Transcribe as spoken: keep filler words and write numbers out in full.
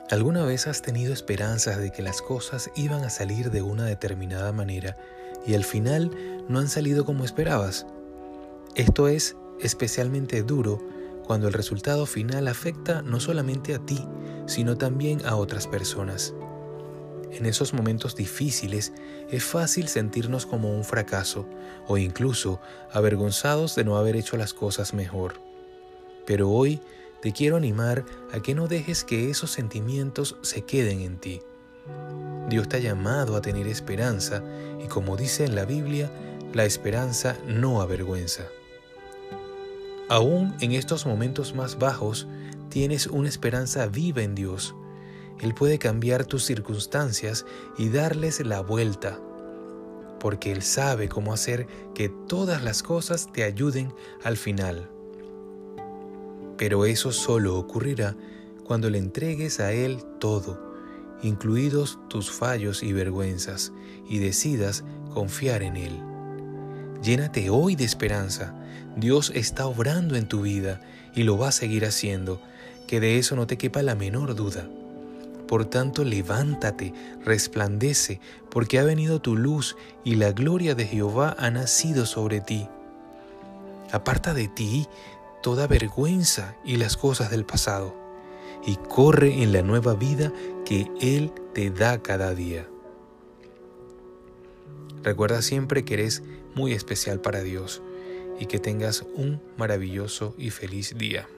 ¿Alguna vez has tenido esperanzas de que las cosas iban a salir de una determinada manera y al final no han salido como esperabas? Esto es especialmente duro cuando el resultado final afecta no solamente a ti, sino también a otras personas. En esos momentos difíciles es fácil sentirnos como un fracaso o incluso avergonzados de no haber hecho las cosas mejor. Pero hoy te quiero animar a que no dejes que esos sentimientos se queden en ti. Dios te ha llamado a tener esperanza y, como dice en la Biblia, la esperanza no avergüenza. Aún en estos momentos más bajos, tienes una esperanza viva en Dios. Él puede cambiar tus circunstancias y darles la vuelta, porque Él sabe cómo hacer que todas las cosas te ayuden al final. Pero eso solo ocurrirá cuando le entregues a Él todo, incluidos tus fallos y vergüenzas, y decidas confiar en Él. Llénate hoy de esperanza. Dios está obrando en tu vida y lo va a seguir haciendo, que de eso no te quepa la menor duda. Por tanto, levántate, resplandece, porque ha venido tu luz y la gloria de Jehová ha nacido sobre ti. Aparta de ti toda vergüenza y las cosas del pasado, y corre en la nueva vida que Él te da cada día. Recuerda siempre que eres muy especial para Dios y que tengas un maravilloso y feliz día.